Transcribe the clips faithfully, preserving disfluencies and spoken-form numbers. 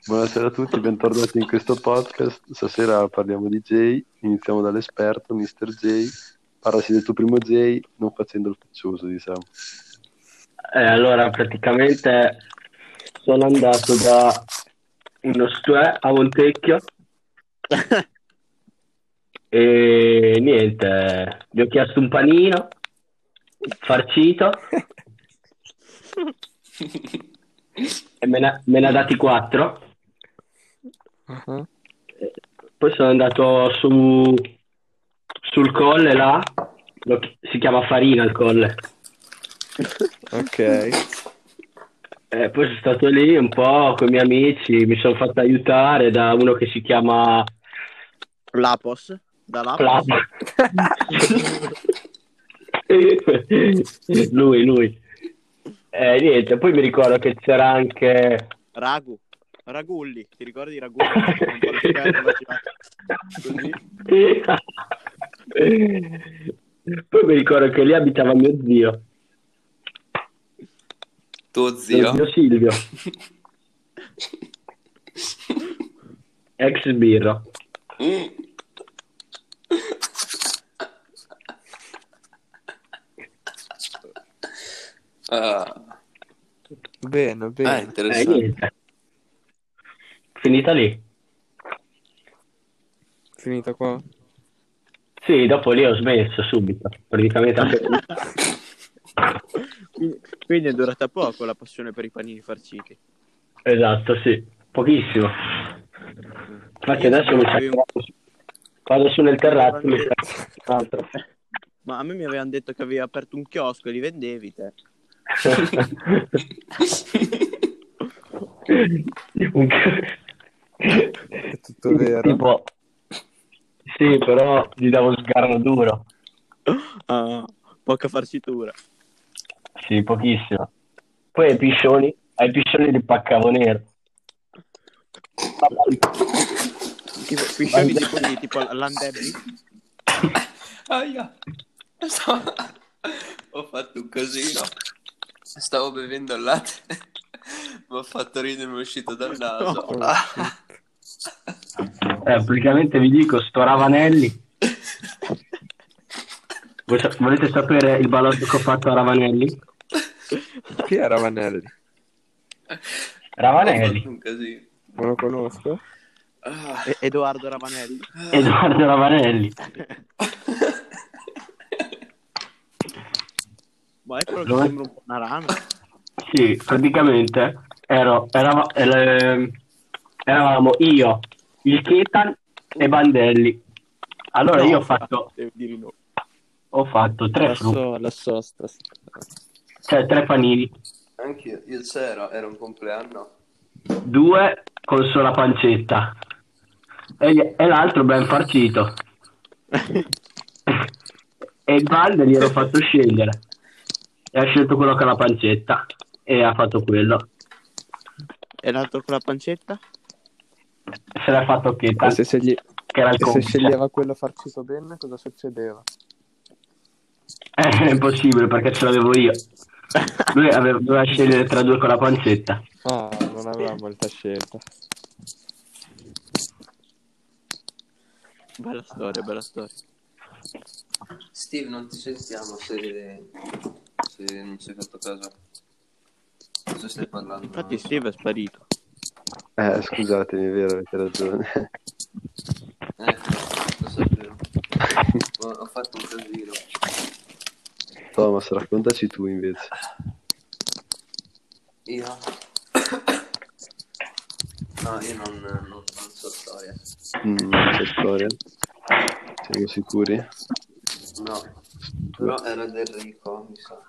Buonasera a tutti, bentornati in questo podcast. Stasera parliamo di Jay, iniziamo dall'esperto, mister J. Parlaci del tuo primo J, non facendo il faccioso, diciamo. Eh, allora, praticamente sono andato da uno stue a Montecchio e niente, gli ho chiesto un panino farcito e me ne, me ne ha dati quattro. Uh-huh. Poi sono andato su sul colle là, lo chi- si chiama Farina il colle. Ok. Eh, poi sono stato lì un po' con i miei amici, mi sono fatto aiutare da uno che si chiama Lapos, da Lapos. Flavio. lui, lui. Eh, niente, poi mi ricordo che c'era anche Ragu, Ragulli, ti ricordi Ragulli? Un po' l'esperto, ma ci va così. Poi mi ricordo che lì abitava mio zio, Tuo mio zio? zio Silvio, ex birro. Ah, Bene, ah, bene. Eh, interessante. niente. Finita lì. Finita qua? Sì, dopo lì ho smesso subito, praticamente anche... Quindi, quindi è durata poco la passione per i panini farciti. Esatto, sì, pochissimo. Infatti Io adesso mi sapevo sa che che avevi un- vado su nel mi terrazzo avevano mi detto- sa un altro. Ma a me mi avevano detto che avevi aperto un chiosco e li vendevi te. Un- È tutto vero? Tipo, sì, però gli davo sgarro duro. Ah, poca farcitura. Sì, pochissimo. Poi ai piscioni, ai piscioni li paccavo nero. Tipo, piscioni tipo di tipo Landebbi. Aia. Stavo- Ho fatto un casino. Stavo bevendo il latte. Mi ha fatto ridere, mi è uscito dal naso. Oh, Ah. Eh, praticamente vi dico, sto Ravanelli. Voi sa- volete sapere il balotto che ho fatto a Ravanelli? Chi è Ravanelli? Ho Ravanelli, fatto un casino. Non lo conosco. Ah. E- Edoardo Ravanelli. Edoardo Ravanelli. Ma è quello che Dove? sembra un po' una rana. Sì, praticamente ero, erava- ele- eravamo io, il Chetan e Bandelli. Allora No, io ho fatto, devi dire no. ho fatto tre La frutti, so, la so. Sta... cioè tre panini, Anch'io, io c'ero, era un compleanno. due con sola pancetta e, gli- e l'altro ben farcito. E il Balde gliel'ho fatto scegliere e ha scelto quello con la pancetta e ha fatto quello. E l'altro con la pancetta? Se l'ha fatto Chetan, E se, scegli... che era il e se complice. sceglieva quello farcito bene, cosa succedeva? Eh, è impossibile perché ce l'avevo io. Lui aveva, doveva scegliere tra due con la pancetta. Ah, non aveva molta scelta. Bella storia, bella storia. Steve, non ti sentiamo se, se non ci hai fatto caso. Cosa stai parlando? Infatti Non lo so. Steve è sparito. Eh, scusatemi, è vero, avete ragione. Ecco, lo sapevo. Ho, ho fatto un casino. Thomas, raccontaci tu invece. Io? No, io non, non, non so storia. Mm, c'è storia? Siamo sicuri? No, però era del Rico, mi sa.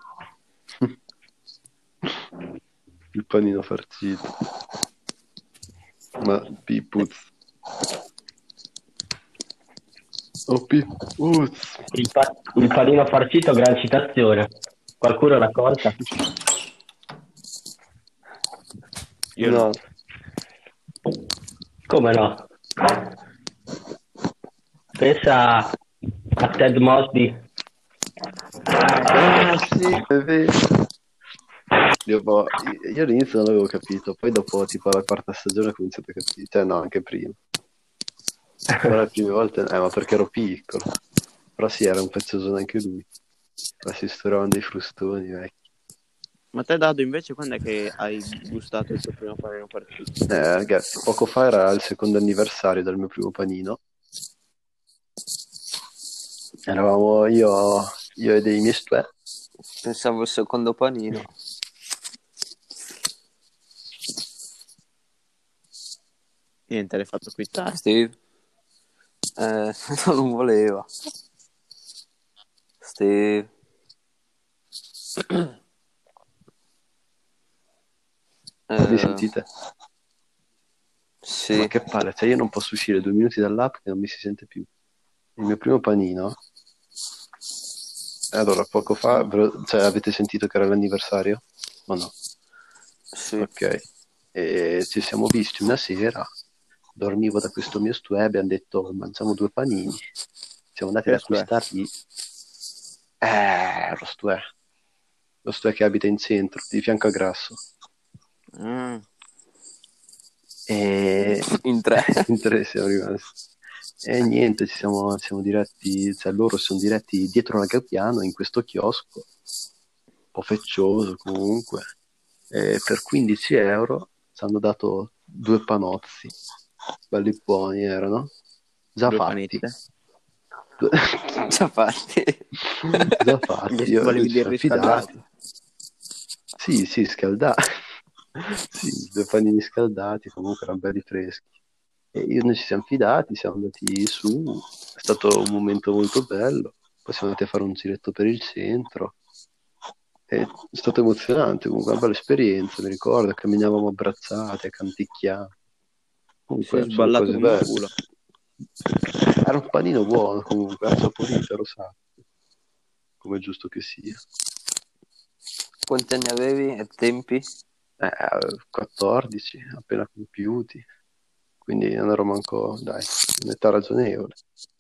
Il panino farcito. Ma Pipuz. Oh Pipuz. Il, pa- il panino farcito, gran citazione. Qualcuno racconta? Io no. Come no? Pensa a Ted Mosby. Ah, sì, è vero. Dopo- io all'inizio non avevo capito, poi dopo tipo la quarta stagione ho cominciato a capire, cioè no, anche prima. Però le prime volte, eh, ma perché ero piccolo. Però sì, era un pezzosone anche lui. Ma si storavano dei frustoni vecchi. Ma te, Dado, invece, quando è che hai gustato il tuo primo panino partito? Eh, ragazzi, poco fa era il secondo anniversario del mio primo panino. Eravamo io, io e dei miei stue. Pensavo il secondo panino. Niente, l'hai fatto quittare. Steve? Eh, non voleva. Steve? Mi Eh, sentite? sì. Ma che palle, cioè io non posso uscire due minuti dall'app che non mi si sente più. Il mio primo panino. Allora, poco fa, ve lo- cioè, avete sentito che era l'anniversario? O no? Sì. Ok. E ci siamo visti una sera, dormivo da questo mio stue, abbiamo detto mangiamo due panini. Siamo andati Che ad stue? acquistargli. Eh, lo stue. Lo stue che abita in centro, di fianco a Grasso. Ah, E In tre. in tre siamo rimasti. E niente, ci siamo, siamo diretti, cioè loro sono diretti dietro la Gabbiano in questo chiosco, un po' feccioso comunque. E per quindici euro ci hanno dato due panozzi, belli buoni erano, già due fatti. panette. Due- Già fatti. già fatti, io, Volevi noi ci dire siamo riscaldati? fidati. Sì, sì, scaldati. Sì, due panini scaldati, comunque erano belli freschi. E io noi ci siamo fidati, siamo andati su, è stato un momento molto bello. Poi siamo andati a fare un giretto per il centro. È stato emozionante, comunque una bella esperienza, mi ricordo, camminavamo abbracciati, a canticchiare. Si Comunque è sono sballato cose come un belle. culo. Era un panino buono comunque, era saporito, ero sato, come è giusto che sia. Quanti anni avevi ai tempi? Eh, quattordici, appena compiuti, quindi non ero manco, dai, un'età ragionevole.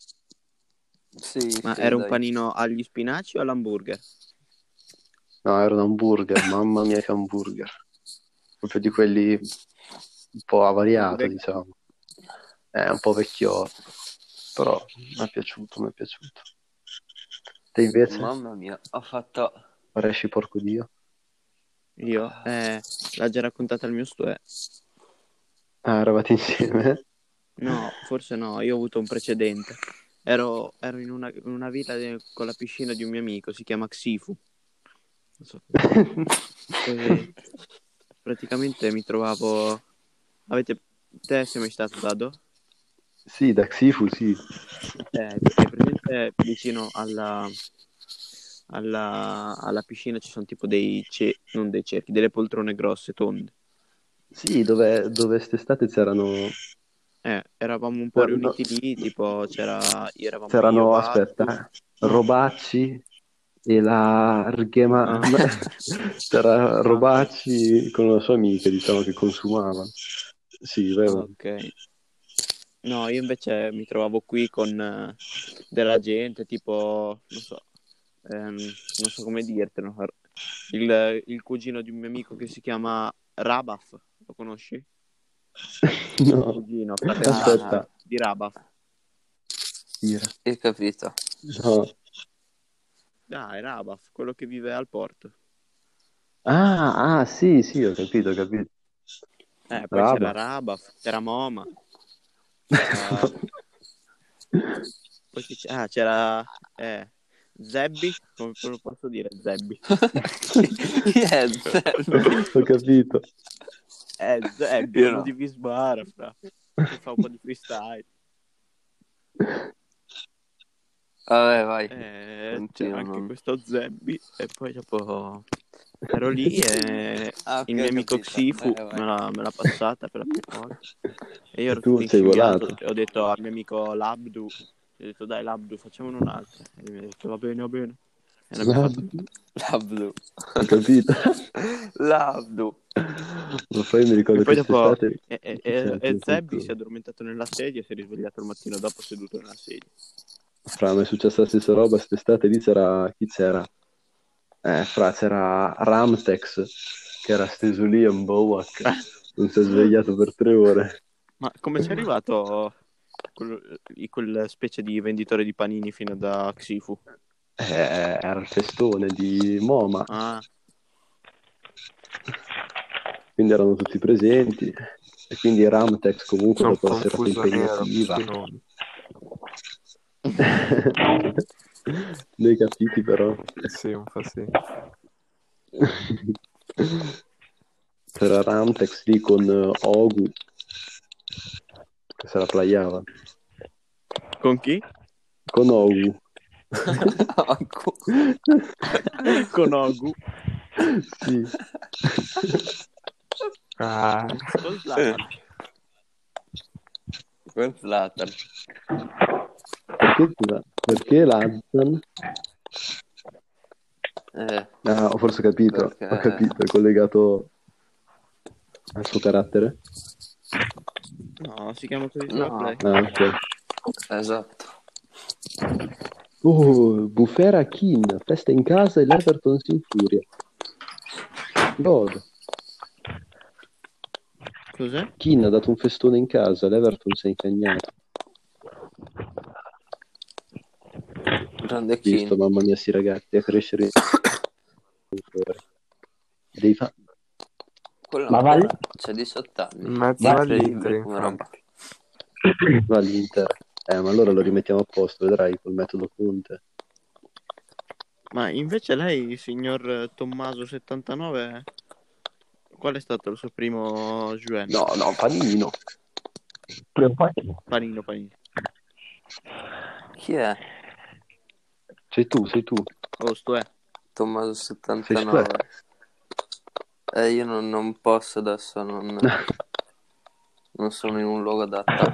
Sì, Ma sì, era un dai. panino agli spinaci o all'hamburger? No, era un hamburger, mamma mia che hamburger. Proprio di quelli un po' avariato, Vecchio. diciamo. È un po' vecchiotto, però mi è piaciuto, mi è piaciuto. Te invece, Mamma mia, ho fatto... paresci porco Dio? Io? Eh, l'ha già raccontata al mio stue. Ah, eravate insieme? No, forse no, io ho avuto un precedente. Ero, ero in una, in una villa de- con la piscina di un mio amico, si chiama Xifu. Non so. E praticamente mi trovavo... Avete... Te sei mai stato, Dado? Sì, da Xifu, sì. Eh, è presente vicino alla, alla, alla piscina ci sono tipo dei ce- non dei cerchi, delle poltrone grosse, tonde. Sì, dove, dove quest'estate c'erano... Eh, eravamo un po' c'erano, riuniti lì, tipo c'era, eravamo io, c'erano, Battu. aspetta, eh, Robacci e la Rghema... Ah. C'era Robacci con una sua amica, diciamo, che consumava. Sì, vero. Ok. No, io invece mi trovavo qui con eh, della gente, tipo, non so, ehm, non so come dirtelo. Il, il cugino di un mio amico che si chiama Rabaf, lo conosci? No, Cugino, fratello aspetta. di Rabaf. Ira. Hai capito? No. Dai, Rabaf, quello che vive al porto. Ah, ah, sì, sì, ho capito, ho capito. Eh, poi c'era Raba. Rabaf, c'era Moma, c'era... Poi chi c'è- ah, c'era eh, Zebby, come lo posso dire? Zebby. Chi è Zebby? Ho capito. Eh, Zebby, Io quello no. di Vismara, fra. Che fa un po' di freestyle. Vabbè, vai. Eh, Continua, c'era anche non- questo Zebby e poi dopo ero lì e Ah, ok, il mio ho amico capito. Xifu Vai, vai. me l'ha, me l'ha passata per la prima volta e io E ero tu tutto sei inscimmiato volato. e ho detto al mio amico Labdu, gli ho detto dai Labdu facciamone un'altra e lui mi ha detto va bene, va bene e l'abbiamo fatta. L'Abdu. Ho capito. L'Abdu. Ma poi mi ricordo E poi che dopo quest'estate e, e, c'è e, anche e un Zebby colpo. si è addormentato nella sedia e si è risvegliato il mattino dopo seduto nella sedia. Fra, mi è successa la stessa roba, quest'estate lì c'era... Chi c'era? Eh, fra, c'era Ramtex che era steso lì a Mbowak, non si è svegliato per tre ore. Ma come sei arrivato quel, quel specie di venditore di panini fino da Xifu? Eh, era il festone di MoMA, Ah, quindi erano tutti presenti e quindi Ramtex comunque Sono dopo la serata confuso nero, impegnativa. questi nomi. Ne hai capiti però. Sì, un po' sì. C'era Ramtex lì con uh, Ogu che se la playava con chi? con Ogu. Con Ogu. Sì. Ah, Con Zlatan. Con Zlatan. Perché, perché l'Anton? Eh, Ah, ho forse capito, Perché- ho capito, è collegato al suo carattere. No, si chiama così No. sulla Play. Ah, ok. esatto. Oh, Bufera Kin, festa in casa e l'Everton si infuria. God. Cos'è? Kin ha dato un festone in casa, l'Everton si è incagnato. Grande Visto, King. mamma mia, sti ragazzi a crescere. Devi fa- Quello Ma ancora va- c'è diciotto anni. in mezzo Va- all'Inter, Incredibile come roba. infatti. va all'Inter. Eh, ma allora lo rimettiamo a posto, vedrai, col metodo Conte. Ma invece lei, signor Tommaso settantanove, qual è stato il suo primo Juven? No, no, panino. Panino, panino. Chi è? Sei tu, sei tu. Oh, sto è. Tommaso Sei settantanove. tu. Eh, io non, non posso adesso, non, non sono in un luogo adatto.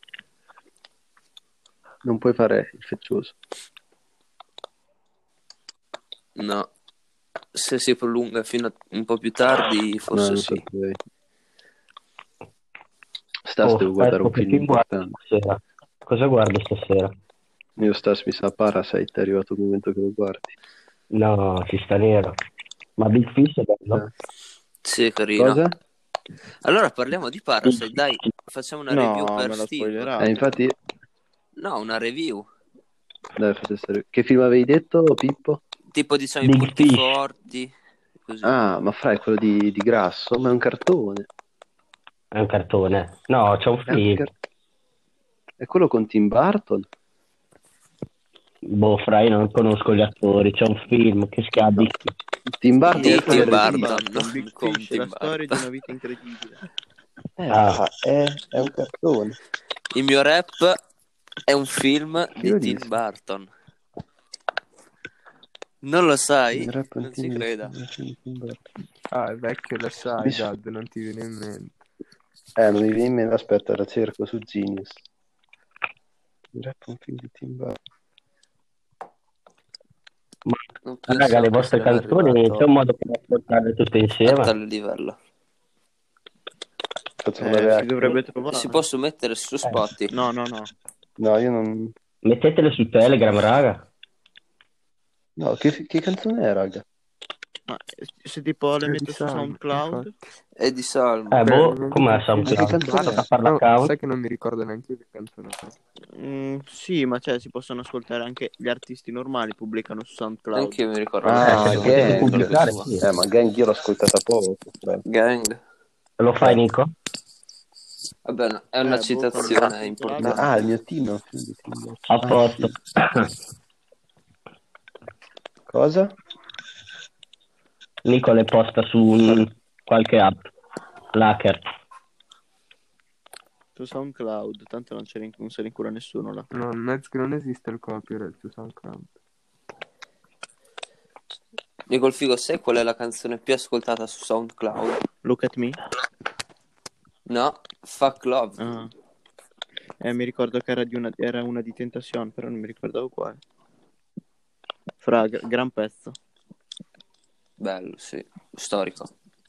Non puoi fare il feccioso. No. Se si prolunga fino a un po' più tardi, forse No, non sì. saprei. Stas, Oh, devo guardare un ecco, che film film guardi importante. stasera? Cosa guardi stasera? Io Stas mi sa Parasite, è arrivato il momento che lo guardi. No, ci sta nero. Ma Big Fish è bello? Eh. Sì, carino. Cosa? Allora parliamo di Parasite, dai, facciamo una No, review me per l'ha Steve. spoilerato. Eh, infatti, No, una review. dai, fate stare. Che film avevi detto, Pippo? Tipo diciamo i Big punti Fish. forti. Così. Ah, ma fra è quello di, di Grasso, ma è un cartone. È un cartone. No, c'è un È, un film. car- è quello con Tim Burton? Boh, fra, io non conosco gli attori. C'è un film che si chiama Big Fish. Tim Burton Di è quello Tim del Burton. regista. no? Big Con Fish, Tim la storia di Burton. una vita incredibile. Eh, Ah. è, è un cartone. Il mio rap è un film Chi di lo Tim dice? Burton. Non lo sai? Il rap è un Non ci film di- creda. di Tim Burton. Ah, è vecchio, lo sai, Mi s- Dad, non ti viene in mente. Eh, non mi viene in mente, aspetta, la cerco su Genius. Il rap è un film di Tim Burton. Non Raga, pensavo le che vostre sarebbe canzoni arrivato c'è un modo per ascoltarle tutte a insieme? tale livello. Facciamo una Eh, si reaction. dovrebbe trovare. Si può mettere su Spotify. No, no, no. No, io non... Mettetele su Telegram, raga. No, che, che canzone è, raga? Ma se tipo le È metto di su Salmo, SoundCloud, infatti. È di Salmo. Eh, Beh, boh, non com'è dico- Ma che SoundCloud? canzone è? A fare No, l'account? sai che non mi ricordo neanche io che canzone è. mm, sì, ma cioè si possono ascoltare anche gli artisti normali, pubblicano su SoundCloud. Anche io mi ricordo. Ah, adesso, non mi Gang. ricordo pubblicare, sua. sì. Eh, ma Gang io l'ho ascoltata poco. Beh. Gang. Lo fai, Eh. Nico? Vabbè, no, è Eh, una boh, citazione quando- importante. Ah, il mio team è un film di Tim Burton. A Ah, posto. sì. Cosa? Nico le posta su un- qualche app. L'hacker. Su SoundCloud, tanto non, c'è, non se ne cura nessuno là. No, mezzo che non esiste il copyright su SoundCloud. Nicol Figo, sai qual è la canzone più ascoltata su SoundCloud? Look at me. No, Fuck Love. Ah. Eh, mi ricordo che era, di una, era una di Tentacion, però non mi ricordavo quale. Fra, gr- gran pezzo. Bello, sì, storico.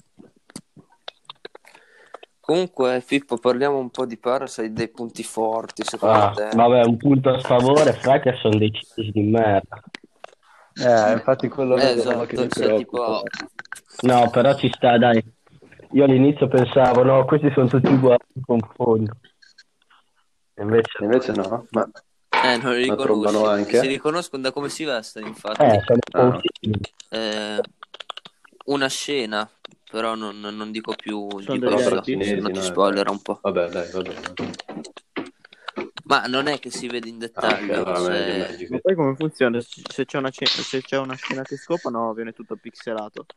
Comunque, Pippo, parliamo un po' di Parasite, dei punti forti, secondo Ah, te. vabbè, un punto a sfavore, fra che sono dei cisi di merda. Eh, infatti quello Eh, è la roba che esatto, mi cioè, preoccupa. tipo, No, però ci sta, dai. Io all'inizio pensavo, no, questi sono tutti uguali, mi confondo. Invece, Invece no, ma, Eh, non li ma trombano riconosci. Si anche? riconoscono da come si vestono, eh, infatti. sono un Ah, po' ok. simili. Eh, una scena, però non, non dico più Sono di degli Però cosa, artisti. se cinesi, no ti no? spoilera un po'. Vabbè, dai, va bene. va bene. Ma non è che si vede in Ah, ok, dettaglio, allora meglio, se... meglio. Ma che- poi come funziona? Se se c'è una, ce- se c'è una scena che scopano, viene tutto pixelato.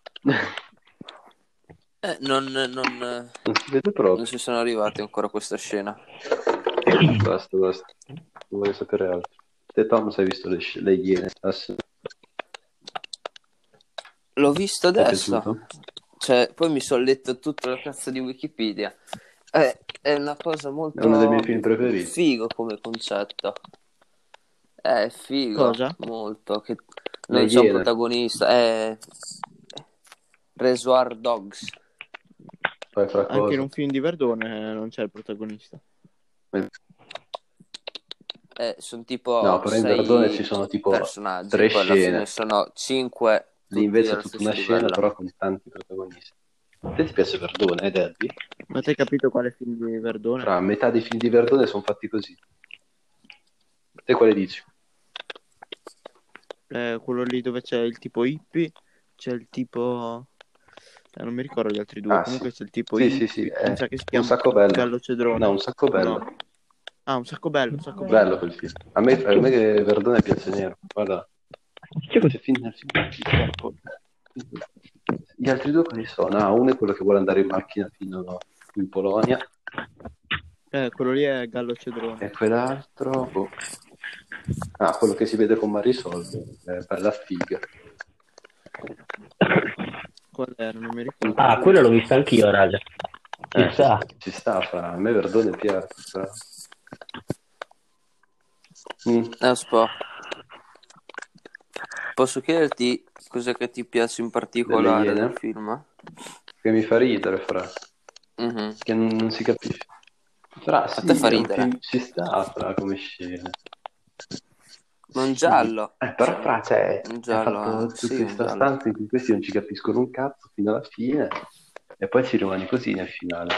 Eh, non, non, Non si vede non proprio. si sono arrivati ancora a questa scena. Basta, basta. Non voglio sapere altro. Te, Tom, hai visto le, sc- le Iene? Ah, sì. L'ho visto Ti è adesso, piaciuto? cioè, poi mi sono letto tutta la cazzo di Wikipedia. Eh, è una cosa È uno dei miei molto film preferiti. figo come concetto. È figo, Cosa? molto. Che Le non c'è un Iene. protagonista, è Reservoir Dogs. Fai fra Anche in cosa? un film di Verdone non c'è il protagonista. Eh, sono No, tipo però in Verdone sei ci sono tipo personaggi, tre poi alla fine scene. sono cinque, Lì tutti invece è allo tutta stesso una scena, livello. però con tanti protagonisti. A te ti piace Verdone, eh, Derby? Ma te hai capito quale film di Verdone? Fra metà dei film di Verdone sono fatti così. Te quale dici? Eh, quello lì dove c'è il tipo hippie, c'è il tipo... eh, non mi ricordo gli altri due. Ah, Comunque sì. c'è il tipo Sì, hippie, sì, sì, mi è sa che si un chiama sacco bello. Gallo Cedrone. No, un sacco bello. No. Ah, un sacco bello, un sacco bello. Bello quel film. A me, a me che Verdone piace nero. Guarda, c'è film nel film. Gli altri due quali sono? Ah, uno è quello che vuole andare in macchina fino in Polonia Eh, quello lì è Gallo Cedrone. e quell'altro, boh. Ah, quello che si vede con Marisol, è bella figa. Qual era? Non mi ricordo. Ah, quello l'ho visto anch'io, raga. Ci Eh, ci, sta. ci sta, fra. A me Verdone piace. Fra. Mm. Aspetta, posso chiederti cosa che ti piace in Delle particolare Iene del film? che mi fa ridere, fra. Mhm. Che non, non si capisce. Fra, A sì, te fa è un ridere? film, ci sta, fra, come scena. Ma un Sì. giallo? Eh, però, Cioè, fra, cioè, un hai giallo, fatto eh. tutta Sì, un questa giallo. stanza in cui questi non ci capiscono un cazzo fino alla fine e poi ci rimani così nel finale.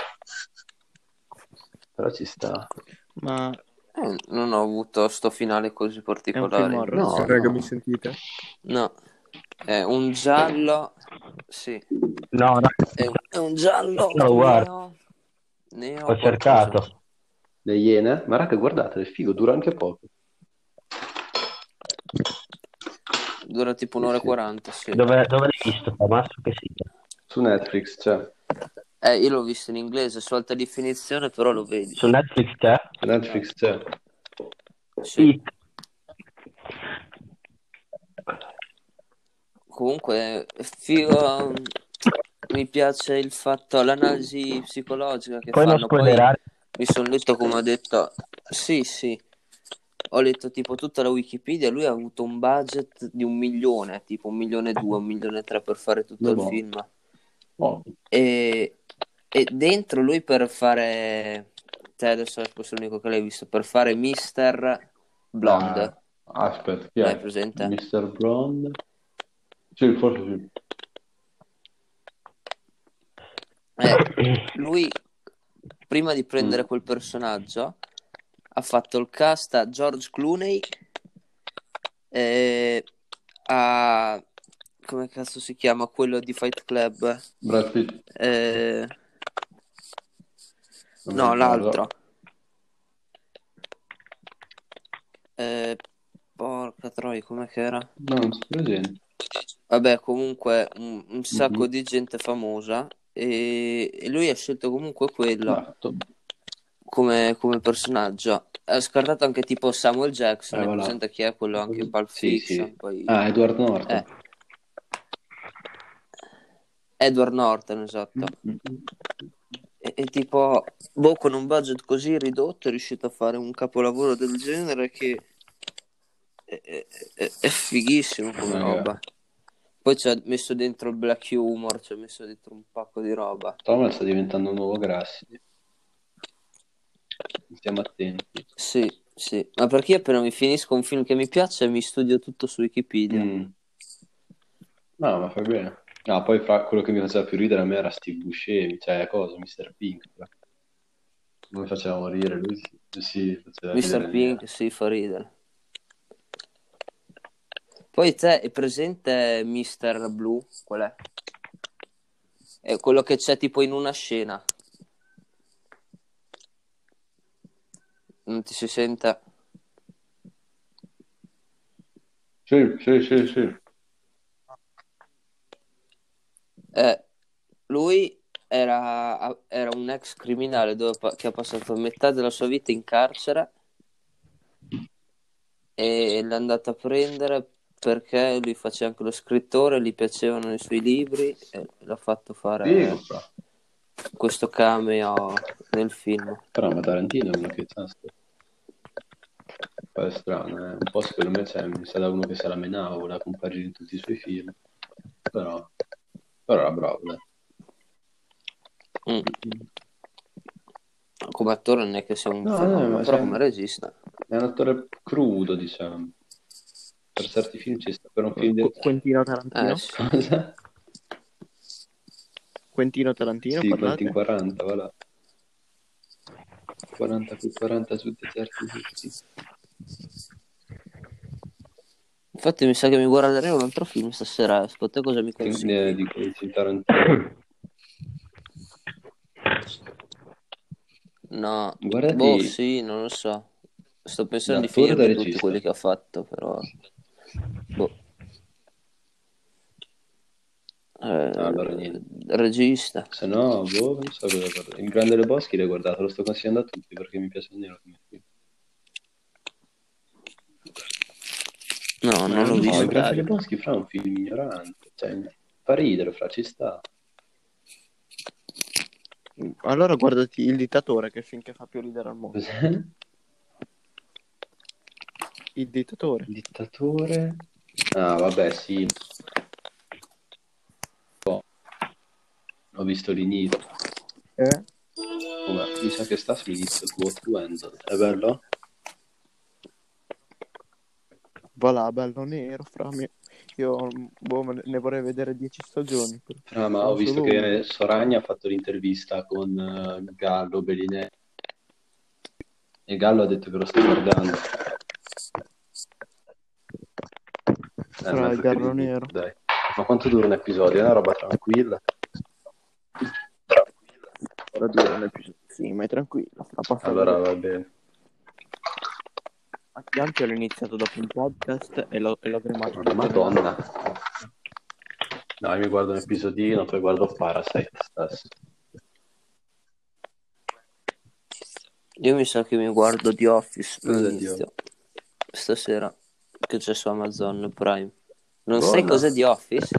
Però ci sta. Ma Eh, non ho avuto sto finale così è un film particolare. horror? No, Raga, no. mi sentite? No, è un giallo, sì, No, raga, è, è un giallo no, guarda, neo, neo ho qualcosa. cercato. Le Iene? Ma raga, guardate, è figo, dura anche poco. Dura tipo Sì, un'ora e sì. quaranta, sì. Dove, dove l'hai visto, Tommaso? Che sia? Su Netflix c'è. Eh, io l'ho visto in inglese, su alta definizione, però lo vedi. Su Netflix c'è? Su Netflix c'è. Sì. Sì. Comunque, è figo, mi piace il fatto, l'analisi psicologica che Poi non fanno. Poi spoilerare. mi sono letto, come ho detto, sì, sì, ho letto tipo tutta la Wikipedia, lui ha avuto un budget di un milione, tipo un milione e due, un milione e tre per fare tutto il Boh. film. Oh. E, e dentro lui per fare, te adesso questo è l'unico che l'hai visto, per fare mister Blonde, Ah, aspetta, chi l'hai è? presente? mister Blonde? Sì, forse sì. Eh, lui, prima di prendere Mm. quel personaggio, ha fatto il cast a George Clooney, eh, a... come cazzo si chiama quello di Fight Club? Brad Pitt. Eh, Non no, mi ricordo. l'altro. Eh, porca troia, com'è che era? No, non si presente. Vabbè, comunque un, un sacco Mhm. di gente famosa e, e lui ha scelto comunque quello Esatto. come, come personaggio. Ha scartato anche tipo Samuel Jackson, Eh, è voilà. presente chi è quello anche in Pulp Sì, Fiction, sì. poi Ah, Edward Norton. eh, Edward Norton, esatto. Mm. E, e tipo, boh, con un budget così ridotto è riuscito a fare un capolavoro del genere che è, è- è- è fighissimo come Raga. roba. Poi ci ha messo dentro il black humor, ci ha messo dentro un pacco di roba. Thomas sta diventando un nuovo Grassi. Stiamo attenti. Sì, sì. Ma perché io appena mi finisco un film che mi piace mi studio tutto su Wikipedia. Mm. No, ma fai bene. No, poi fra quello che mi faceva più ridere a me era Steve Buscemi, cioè cosa, mister Pink. Però. Non mi faceva morire, lui sì, lui sì, faceva mister ridere nera. Pink, sì, fa ridere. Poi te è presente mister Blue? Qual è? È quello che c'è tipo in una scena. Non ti si sente? Sì, sì, sì, sì. Eh, lui era, era un ex criminale dove pa- che ha passato metà della sua vita in carcere e l'è andato a prendere perché lui faceva anche lo scrittore, gli piacevano i suoi libri e l'ha fatto Figo, fare fra. questo cameo nel film. Però ma Tarantino è uno che sa, è strano, eh. Un po' secondo me cioè, mi sa da uno che se la menava, voleva comparire in tutti i suoi film. Però, però era bravo, dai. Mm. Come attore non è che sia un No, no, fenomeno, ma però cioè, come regista. è un attore crudo, diciamo. Per certi film ci sta, per un film Qu- del... Quentino Eh Tarantino? sì. Cosa? Quentino Tarantino, Sì, Quentin parlate? quaranta, voilà. quaranta più quaranta su deserti tutti. Infatti mi sa che mi guarderei un altro film stasera. Aspetta, cosa mi Che- consigli? eh, di Quentin Tarantino. No, boh, Guardati sì, non lo so. Sto pensando di l'attore da finirmi tutti regista. quelli che ha fatto, però. Boh. Ah, Eh, allora niente. regista. Se no, boh, non so cosa guardare. Il Grande dei Boschi l'hai guardato, lo sto consigliando a tutti perché mi piace nero come film. No, Ma non l'ho è un No, il visto. Grande dei documentario. Boschi fra un film ignorante. Cioè, fa ridere, fra ci sta. Allora guardati Il dittatore, che è il film che fa più ridere al mondo. Cos'è? Il dittatore. Dittatore. Ah, vabbè, sì. Ho visto l'inizio. Eh? Vabbè, mi sa che sta sull'inizio What Wendell. È bello? Va là, bello nero, fra me. Io boh, me ne ne vorrei vedere dieci stagioni. Ah, ma ho Sono visto solo una. che Soragna ha fatto l'intervista con eh, Gallo Bellinetti e Gallo ha detto che lo sta guardando. Eh, Fra il mezzo che garro ridere, nero. dai. Ma quanto dura un episodio? È una roba tranquilla. Ora dura un episodio. Sì, ma è tranquillo. La passa Allora veloce. va bene. Anche l'ho iniziato dopo un podcast e l'ho, e l'ho tremato tutto Madonna. nella... No, io mi guardo un episodino, poi guardo Parasite stesso. Io mi sa che mi guardo The Office Cosa l'inizio. Stasera, che c'è su Amazon Prime. Non Buona. sai cos'è The Office?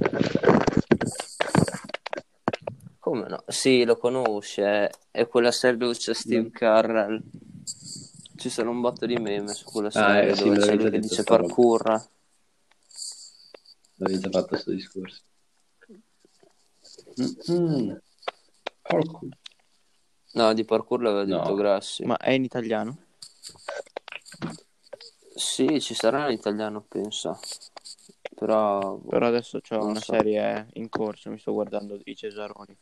Come no? Sì, lo conosce. È, è quella serie dove c'è Steve No. Carell. Ci sono un botto di meme su quella Ah, serie eh, sì, dove me c'è l'avevi lui già che detto dice sta roba. parkour. L'avevi già fatto questo discorso. Mm-mm. Porco. No, di parkour l'aveva No. detto Grassi. Ma è in italiano? Sì, ci sarà in italiano, penso. Però, boh, Però adesso c'ho non una so. serie in corso, mi sto guardando i Cesaroni.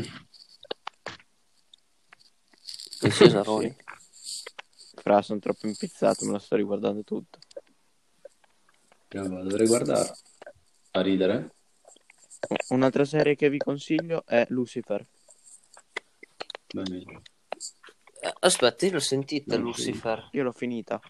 I Cesaroni. Fra, sono troppo impizzato, me lo sto riguardando tutto. Bravo, dovrei guardarlo. A ridere? Un'altra serie che vi consiglio è Lucifer. Va bene. Eh, Aspetta, io l'ho sentita, No, Lucifer. Io l'ho finita.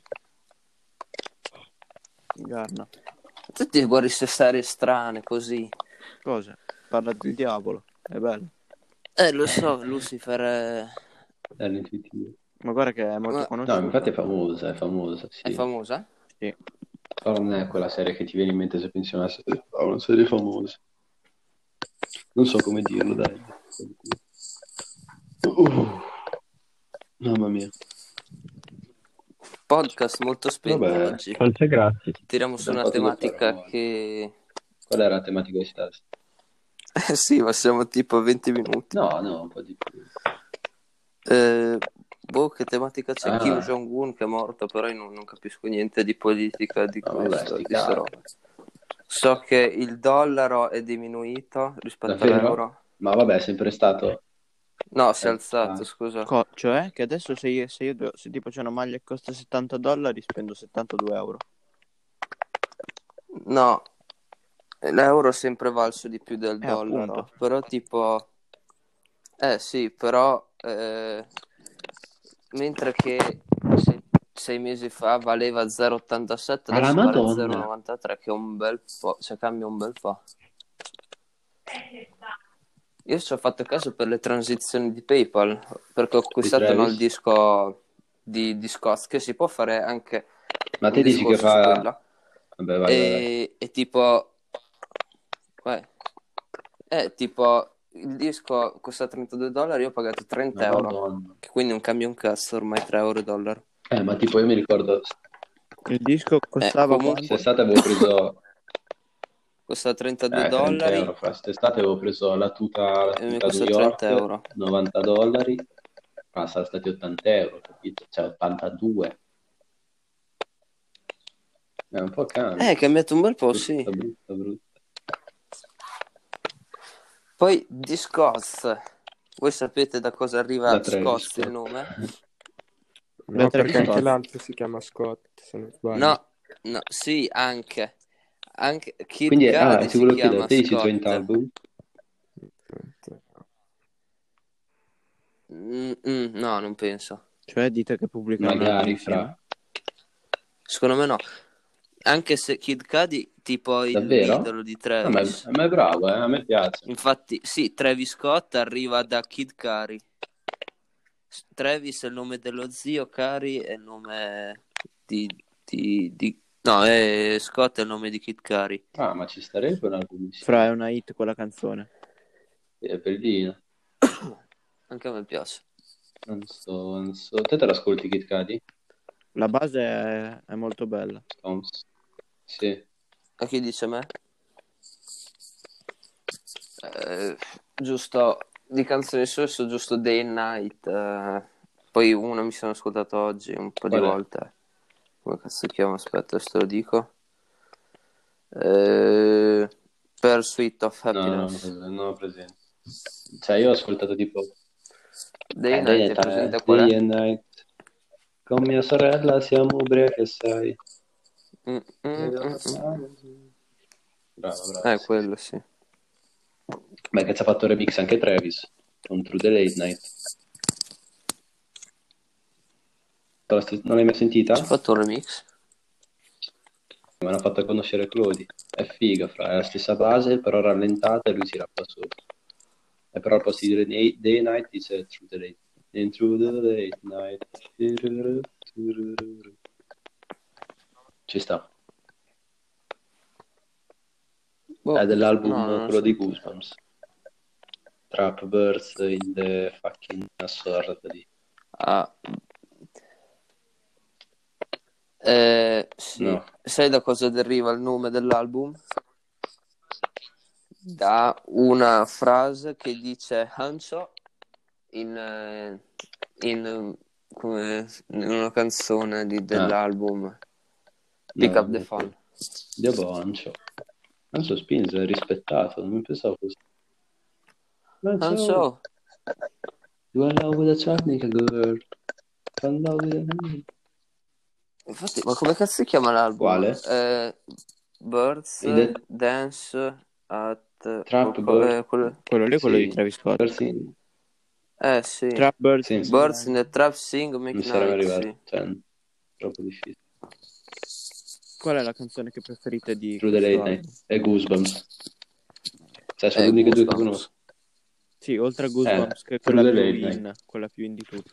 Garna. Tu ti guardi queste serie strane così. Cosa? Parla del diavolo. È bello. Eh, lo so, Lucifer è... È l'intuitivo. Ma guarda che è molto Ma No, conosciuta. infatti è famosa, è famosa, è sì. famosa? Sì. Però non è quella serie che ti viene in mente se pensi a una serie, a una serie famosa. Non so come dirlo, dai. Uh, mamma mia. Podcast molto spento Vabbè. oggi. Forse grazie. Tiriamo su Abbiamo una fatto due tematica parole. che... Qual era la tematica di stasera? Eh sì, ma siamo tipo a venti minuti. No, no, un po' di più. Eh, boh, che tematica c'è? Ah. Kim Jong-un che è morto, però io non, non capisco niente di politica di No, vabbè, questo, sti di sta cazzi. roba. So che il dollaro è diminuito rispetto Davvero? all'euro. Ma vabbè, è sempre stato... No, si è Eh, alzato, ah. scusa. Co- cioè, che adesso se io, se io devo- se tipo c'è una maglia che costa settanta dollari, spendo settantadue euro. No, l'euro è sempre valso di più del Eh, dollaro. appunto. Però tipo... Eh sì, però... eh, mentre che se- sei mesi fa valeva zero virgola ottantasette, Alla adesso vale Madonna! zero virgola novantatré, che è un bel po', cioè cambia un bel po'. Io ci ho fatto caso per le transizioni di PayPal, perché ho acquistato no, il Travis? disco di, di Scott, che si può fare anche Ma un te dici che discorso su fa... quella. Vabbè, vai, vai, vai. E, e tipo... vai. Eh, tipo, il disco costa trentadue dollari, io ho pagato trenta Ma euro, Madonna. che quindi non cambia un cazzo, ormai tre euro e dollaro. Eh, ma tipo io mi ricordo... Il disco costava comunque- quanto? Quest'estate avevo preso... Costa trentadue Eh, trenta dollari euro. Fra quest'estate avevo preso la tuta, la e mi tuta New costa York, trenta euro. novanta dollari. Ma sono stati ottanta euro, capito? Cioè ottantadue. È un po' cambia. Eh, è cambiato un bel po', Brutta, sì. brutta, brutta. Poi di Scots, voi sapete da cosa arriva Da Travis Scots il Scott. nome? No, Da Travis perché anche Scott. l'altro si chiama Scott, se non sbaglio. No, no, sì, anche. Anche Kid Quindi, ah, Cudi ti si volevo chiedere, chiama te dici joint Scott. album? Mm, mm, no, non penso. Cioè, dite che pubblicano un album Magari, insieme? fra... Secondo me no. Anche se Kid Cudi, tipo il- Davvero? l'idolo di Ah, ma, Travis. è, ma è bravo, eh? A me piace. Infatti, sì, Travis Scott arriva da Kid Cudi. Travis è il nome dello zio, Cudi è il nome di, di, di... No, è... Scott è il nome di Kid Cudi. Ah, ma ci starebbe un album insieme. Fra, è una hit quella canzone. È bellino. Anche a me piace. Non so, non so. Te te l'ascolti Kid Cudi? La base è, è molto bella. Stones. Sì. A chi dice me? Eh, giusto, di canzoni sue so giusto Day and Night. eh, Poi una mi sono ascoltato oggi un po' di Qual è? volte. Come cazzo si chiama? Aspetta, adesso te lo dico. Eh, Pursuit of No, no, Happiness. no, non ho presente. Cioè, io ho ascoltato tipo... Day Eh, and Day Night, and è presente Night, qual Day è? and Night. Con mia sorella siamo ubriachi, sai. Mm, mm, mm, mm. Bravo, bravo. Eh, sì, quello sì. Beh, che ci ha fatto il remix anche Travis con Through the Late Night. Non l'hai mai sentita? Ci ho fatto un remix. Mi hanno fatto conoscere Clodi. È figa, fra, è la stessa base, però rallentata e lui si rappa sopra. E però al posto di dire day, day and night dice Through the Late. In Through the Late Night. Ci sta. Boh, È dell'album no, non lo quello di sento. Goosebumps. Trap Birds in the fucking Sword lì. Ah. Eh, sì. No. Sai da cosa deriva il nome dell'album? Da una frase che dice Hancho in, eh, in, eh, come, in una canzone di- dell'album Pick No, Up the no, Phone. Dio Boncio. Anzo Spinzo è rispettato, non mi pensavo così. Hancho, You are love with a technical girl. Fall in love with a... infatti, ma come cazzo si chiama l'album? Quale? Eh, Birds In the- Dance at Trap co- Bird. eh, quello- Quello lì è quello Sì. di Travis Scott. Birds in- eh sì. Trap Birds. Sì, sì. Birds in the Trap Sing Non Make mi sarei mai Night, arrivato. sì. Cioè, troppo difficile. Qual è la canzone che preferite di Through the questo Late album? Night. E Goosebumps. Cioè, sono Eh, le uniche due che Goosebumps. conosco. Sì, oltre a Goosebumps, Eh, che è Through quella the più Late in, Night. quella più in di tutto.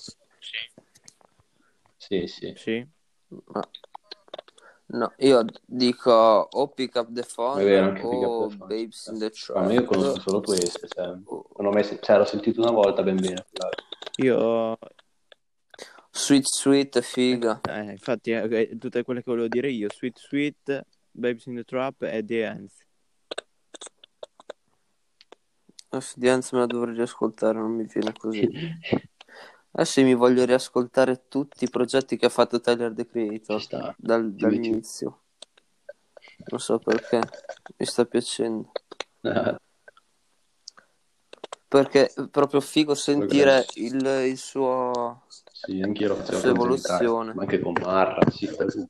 Sì, sì. Sì? No. No, io dico o Pick Up the Phone È vero, anche Pick Up o the Phone. Babes in the Ah, ma io conosco Trap. solo queste. Cioè, o non ho mai sen- cioè, l'ho sentito una volta ben bene. Io... Sweet Sweet è figa. Eh, infatti, eh, eh, tutte quelle che volevo dire io. Sweet Sweet, Babes in the Trap e The Ends. Adesso di Hans me la dovrei riascoltare, non mi viene così. Adesso mi voglio riascoltare tutti i progetti che ha fatto Tyler, the Ci Creator sta. dal- Ti metti- dall'inizio. Non so perché. Mi sta piacendo. Ah, Perché è proprio figo sentire il, il suo... sì, anche io lo la facevo sua con Zenitale, evoluzione. ma anche con Marra, sì, quello-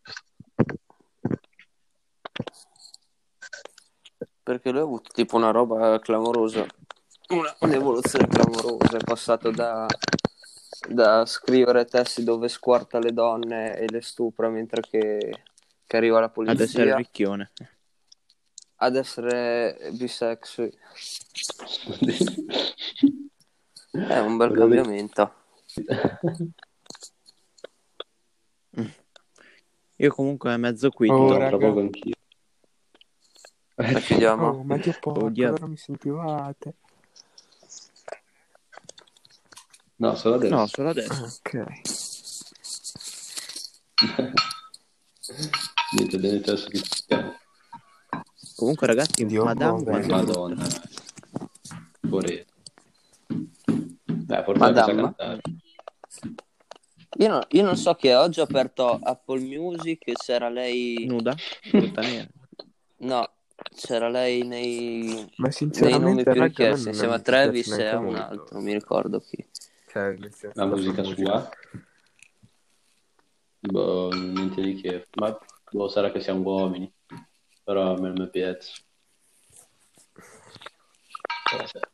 Perché lui ha avuto tipo una roba clamorosa. Una, un'evoluzione clamorosa. È passato da, da scrivere testi dove squarta le donne e le stupra mentre che, che arriva la Ad essere polizia, ricchione. ad essere bisexual. È un bel Quello lì. cambiamento. Io comunque mezzo quitto. Oh, No, tra raga. poco anch'io. La chiudiamo? Oh, ma che porco, Oddio. allora mi sentivate. No, solo adesso. No, solo adesso. Ok. Niente, bene adesso che ci siamo. Comunque ragazzi, Dio Madame buono, quanto è brutta. Madonna. Poreto. Dai, porta la cosa a Madame? cantare. Io, no- io non so che oggi ho aperto Apple Music e c'era lei... Nuda? Brutta nera. No, c'era lei nei, ma nei sinceramente, nomi più raga, a me richiesti, non insieme a mi piace Travis e neanche a un molto. altro, non mi ricordo chi. Cioè, nel senso, La musica musica. sua? Boh, niente di che. Ma boh, sarà che siamo uomini. Però a me non mi piace. Eh, sì.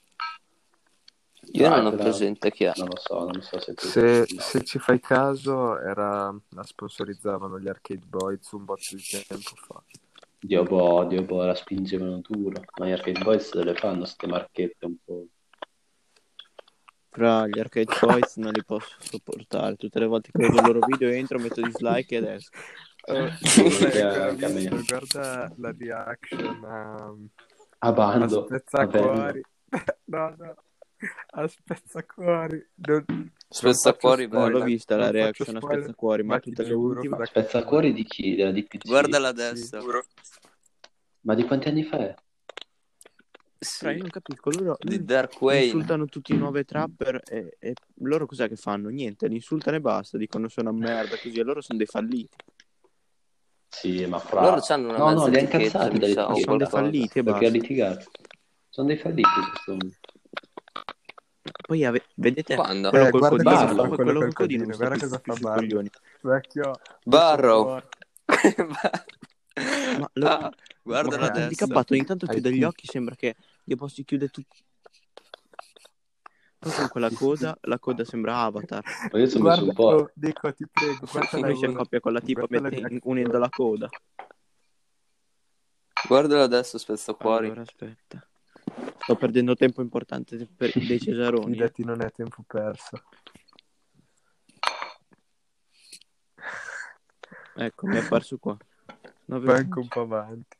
Io non ho Fatela. presente chi è. Non lo so, non so se tu... Se, no. se ci fai caso, era la sponsorizzavano gli Arcade Boys un botto di tempo fa. Dio boh, Dio boh, la spingevano duro. Ma gli Arcade Boys le fanno ste marchette un po'. Però gli Arcade Boys non li posso sopportare. Tutte le volte che vedo il loro video entro, metto dislike ed esco. Oh, Sì, non l'hai anche a- ancora anche a me. visto? Guarda la reaction a, A a bando, a Spezzacuori. No, no, a Spezzacuori. Non, non Spezzacuori, faccio Non l'ho bella. spoiler, vista la non faccio reaction a spoiler, Spezzacuori, ma ma ti tutte le giuro, ultime. fra- Spezzacuori di chi? Della D P C? Guardala adesso. Ma di quanti anni fa è? Però io Sì, non capisco, loro, di loro Dark Wayne. insultano tutti i nuovi trapper e, e loro cos'è che fanno? Niente, li insultano e basta, dicono sono una merda così, e loro sono dei falliti. Sì, ma fra... Loro c'hanno una No, mezza no, li ha etichetta, incazzati mi da sa, o Ma litigare. sono dei qualcosa. falliti e Perché ha basta. litigato. Sono dei falliti questo. Poi ave- vedete Quando? quello Eh, col guarda codino, cosa Barlow. fa que- quello quello col col codino codino, mi sta guarda più, cosa più fa sui Barlow. coglioni. Vecchio, Barrow. Ma lo, Ah, guardalo Ma è adesso. handicappato, ogni tanto Hai chiude gli tu- occhi, sembra che gli posso chiudere tutti. Poi con quella coda, la coda sembra Avatar. Ma io ci ho messo guarda, un po'. oh, dico, ti prego, guarda la Lui si gola- accoppia con la tipa guarda la mette- reaction. unendo la coda. Guardalo adesso, Spezzacuori. Allora, aspetta. Sto perdendo tempo importante per dei Cesaroni. eh. Fidati, non è tempo perso. Ecco, mi è apparso qua. No, Vai anche un po' avanti.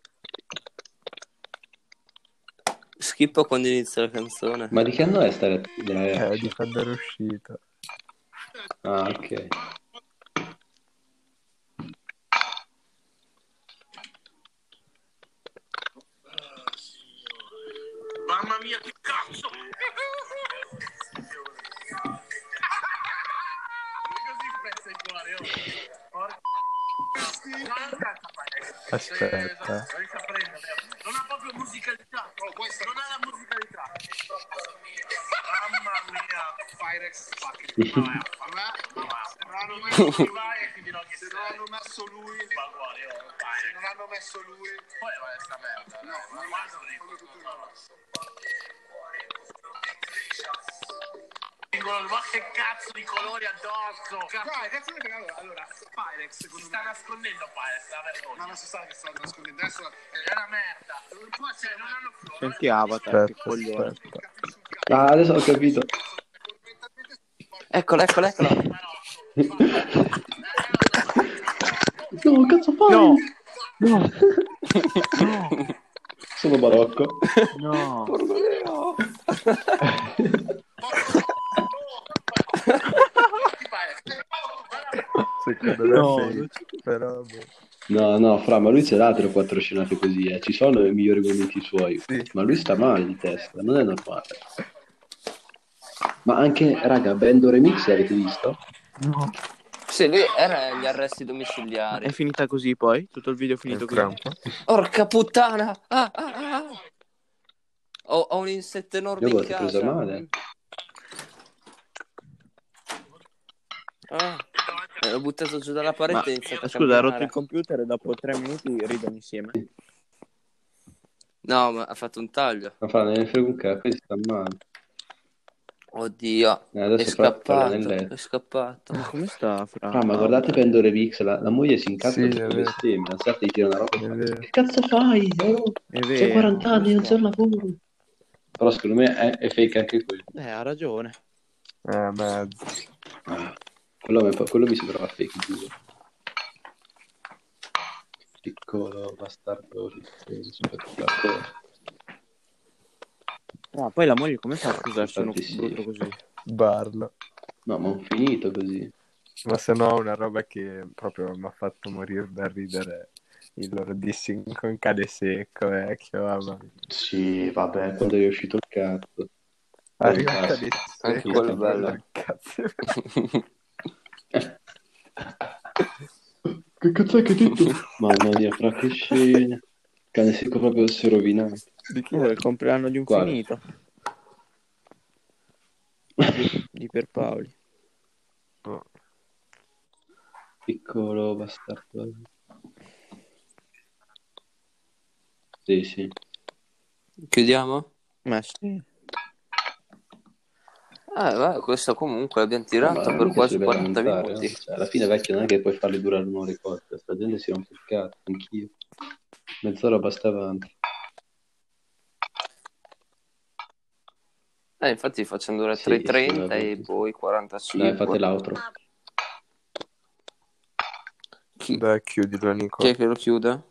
Schippo quando inizia la canzone. Ma di che anno è sta re- della Eh, di reaction? quando era uscito. Ah, ok. Mamma mia, che cazzo! Così spezza il cuore, oh. Porca. Aspetta. Non ha proprio musicalità. Oh, questo non ha la musicalità. Mamma mia, Pyrex fucking. Se non hanno messo vai e ti dirò che se non hanno messo lui, ma guarda, io, se non hanno messo lui, poi va sta merda. No, ma guarda ma che cazzo di colori addosso? Dai, cazzo di allora, allora, Pyrex si sta nascondendo Pyrex, la vergogna. Ma non si sa che sta nascondendo, adesso è una merda. Qua cioè, non hanno flore. Senti Avatar, che Aspetta, coglione. aspetta. Ah, adesso ho capito. Eccola, eccola, eccola. No, cazzo fai? No, No. Sono barocco. no. Secondo me No, sei, non però boh. No, no, fra, ma lui ce l'ha tre o quattro scenate così, eh. Ci sono i migliori momenti suoi. Sì. Ma lui sta male di testa, non è normale. Ma anche, raga, Bendo Remix l'avete visto? No. Sì, lui era agli arresti domiciliari. È finita così poi? Tutto il video è finito Nel così? campo. Porca puttana! Ah, ah, ah. Ho, ho un insetto enorme Io in ti ho preso casa. male. Ah, me l'ho buttato giù dalla Ma parete e ho iniziato a scusa, ha rotto camminare. il computer e dopo tre minuti ridono insieme. No, ma ha fatto un taglio. Ma fa, ne frega un cazzo, questo sta male. Oddio, Eh, è adesso fra- parla nel scappato, letto. è scappato. Ma come sta, Fra? Ah, ma guardate Pendore Vix, la, la moglie si incazza Sì, per è le vero. bestemmie, alzate gli tira una roba e È fa, vero. che cazzo fai? Oh, È c'hai vero. quaranta anni, non Come c'è un sta? lavoro. Però secondo me è, è fake anche quello. Eh, ha ragione. Eh, mezzo. Ah, quello, mi- quello mi sembrava fake, giuro. Piccolo bastardo, piccolo, spettacolare. Ah, poi la moglie come fa a scusarsi uno Infatti sì. brutto così? Barlo. No, ma ho finito così. Ma se no una roba che proprio mi ha fatto morire da ridere il loro dissing con Cade Secco, vecchio, mamma mia. Sì, vabbè, quando è uscito il cazzo. Arriva Fantastico. Cade Anche Secco quello e bello. prende il cazzo. Che cazzo hai che detto? Mamma mia, fra che scene. Cane secco proprio si è rovinato. Di chi Oh, è è? il compleanno di un Quale? finito. Di, di Pierpaoli. Oh. Piccolo bastardo. Sì, sì. Chiudiamo? Ma sì. Ah, beh, questo comunque l'abbiamo No, tirato ma per mica si quasi deve quaranta lamentare, minuti. no? Cioè, alla fine vecchio non è che puoi farli durare un'ora e podcast, la gente si rompe il cazzo, anch'io. Mezz'ora basta avanti. Eh, infatti facciamo durare Sì, tre e sì, trenta vabbè. e poi Dai, quarantacinque. fate l'outro. Chi, Dai, chiudilo, chi Nico. è che lo chiude?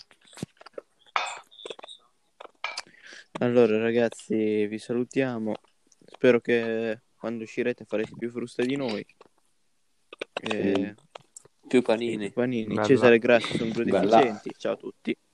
Allora, ragazzi, vi salutiamo. Spero che quando uscirete farete più fruste di noi. E... Più e panini. più panini. Bella. Cesare e Grassi sono due Bella. deficienti. Ciao a tutti.